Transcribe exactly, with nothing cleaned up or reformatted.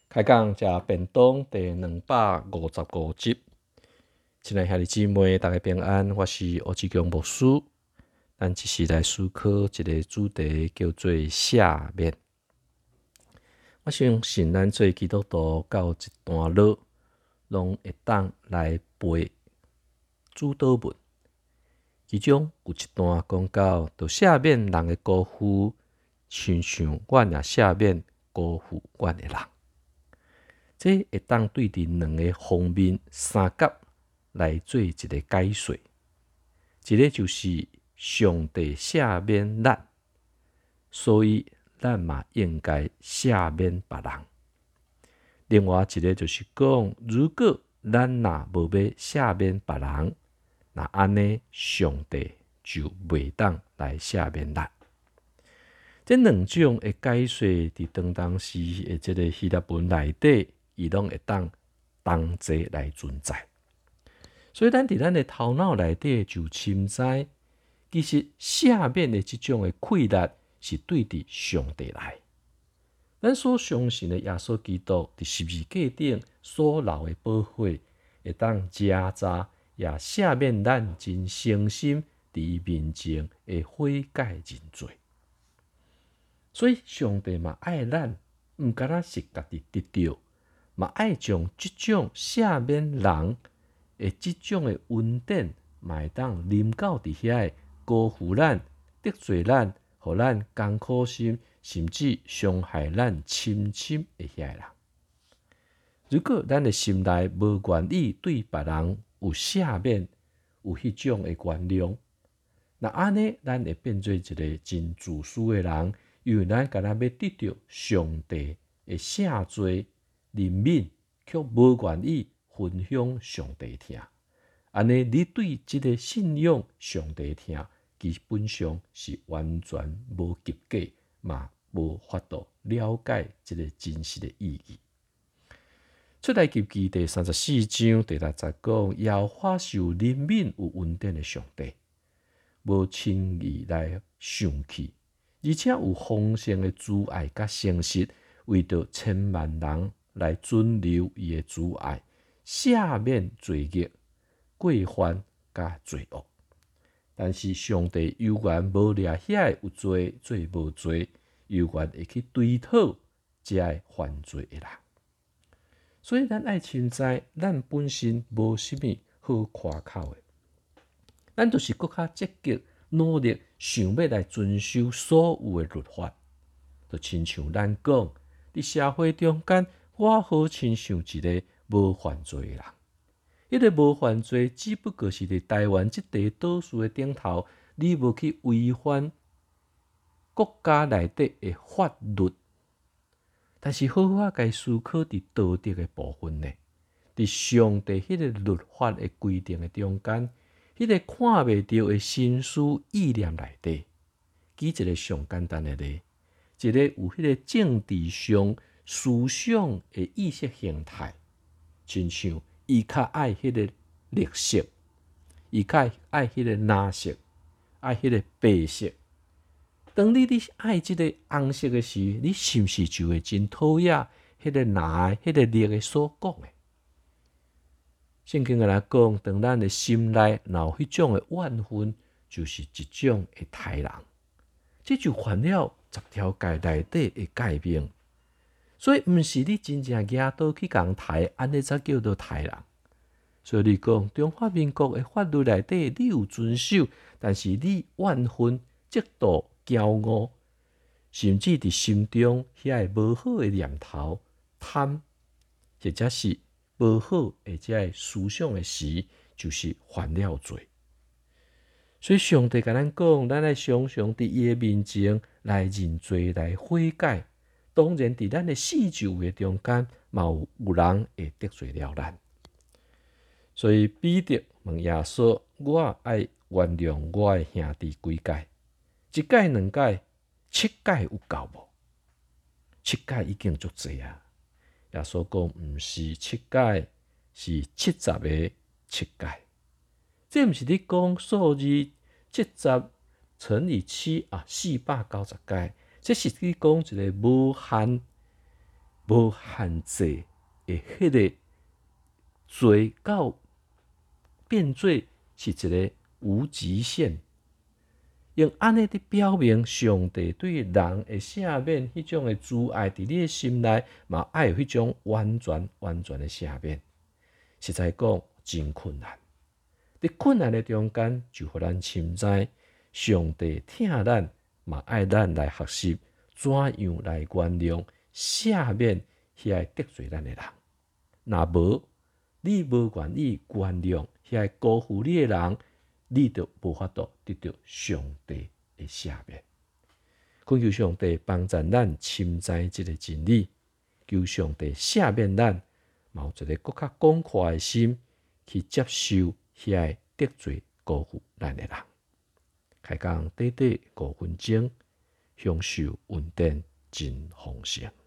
开讲食便当第两百五十五集，亲爱兄弟姊妹，大家平安，我是欧志强牧师。咱一时来思考一个主题，叫做赦免。我相信咱做基督徒到一段落，拢会当来背主祷文，其中有一段讲到，着赦免人的辜负，亲像阮也赦免辜负阮的人。这会当对伫两个方面、三角来做一个解说。一个就是上帝赦免咱，所以咱嘛应该赦免别人。另外一个就是讲，如果咱若无要赦免别人，那安尼上帝就袂当来赦免咱。这两种的解说伫当当时的这个希腊文内底，伊拢会当同齐来存在。所以咱伫咱的头脑内底就深知，其实赦免的这种的气力是对伫上帝来。咱所相信的耶稣基督伫十字架顶所流的宝血，会当加查也赦免咱真诚心伫伊面前的悔改认罪。所以上帝嘛爱咱，毋敢若是家己得到，嘛爱将即种赦免人的即种的恩典，嘛会当临到伫遐辜负咱、得罪咱、互咱艰苦心，甚至伤害咱深深的遐人。如果咱的心内无愿意对别人有赦免，有迄种的原谅，那安尼咱会变做一个真自私的人，因为咱敢若要得到上帝的赦罪、怜悯，却无愿意分享上帝听。安尼，你对这个信仰上帝听，基本上是完全无及格，嘛无法度了解这个真实的意义。出埃及记第三十四章第六节讲，耶和华是有怜悯有恩典的上帝，无轻易来生气，而且有丰盛的慈爱甲诚实，为着千万人来存留伊的慈爱，赦免罪孽、过犯甲罪恶。但是上帝犹原无掠遐有罪做无罪，犹原会去追讨这个犯罪的人。所以咱爱深知，咱本身无啥物好夸口的，咱就是搁较积极努力，想要来遵守所有的律法。就亲像咱讲，伫社会中间，我好亲像一个无犯罪的人。迄个无犯罪，只不过是伫台湾即地岛屿的顶头，你无去违反国家内底的法律。但是好好该思考伫道德的部分呢，伫上帝迄个律法的规定的中间，迄个看袂到的心思意念内底，举一个上简单的例，一个有迄个政治上思想的意识形态，亲像伊较爱迄个绿色，伊较爱迄个蓝色，爱迄个白色。当你你爱即个红色的时，你是毋是就会真讨厌迄个蓝、迄个绿的所讲的？圣经来讲，当咱的心内若有迄种的怨愤，就是一种的杀人，这就犯了十条戒内底的诫命。所以，毋是你真正举刀去共杀，安尼才叫做杀人。所以你讲，中华民国的法律内底你有遵守，但是你怨愤、嫉妒、骄傲，甚至伫心中遐个无好的念头、贪，或者是无好或者个思想的时，就是犯了罪。所以上帝甲咱讲，咱来常常伫伊的面前来认罪、来悔改。当然，伫咱的四周围中间，嘛有有人会得罪了咱。所以彼得问耶稣：我爱原谅我的兄弟几届？一届两届，七届有够无？七届已经足济啊！耶稣讲，毋是七届，是七十个七届。这毋是你讲数字七十乘以七啊，四百九十届。这是你讲一个无限无限制的迄个罪到变做是一个无极限。用安尼的表明，上帝对人的赦免，迄种的慈爱，伫你的心内嘛爱有迄种完全、完全的赦免。实在讲，真困难。伫困难的中间，就互咱深知，上帝疼咱，嘛爱咱来学习怎样来原谅、赦免遐个得罪咱的人。若无，你无愿意原谅遐个辜负你的人，你就无法度得到上帝的赦免。恳求上帝帮助咱深知即个真理，求上帝赦免咱，嘛有一个更较广阔的心去接受遐个得罪辜负咱的人。开讲短短五分钟，享受稳定真丰盛。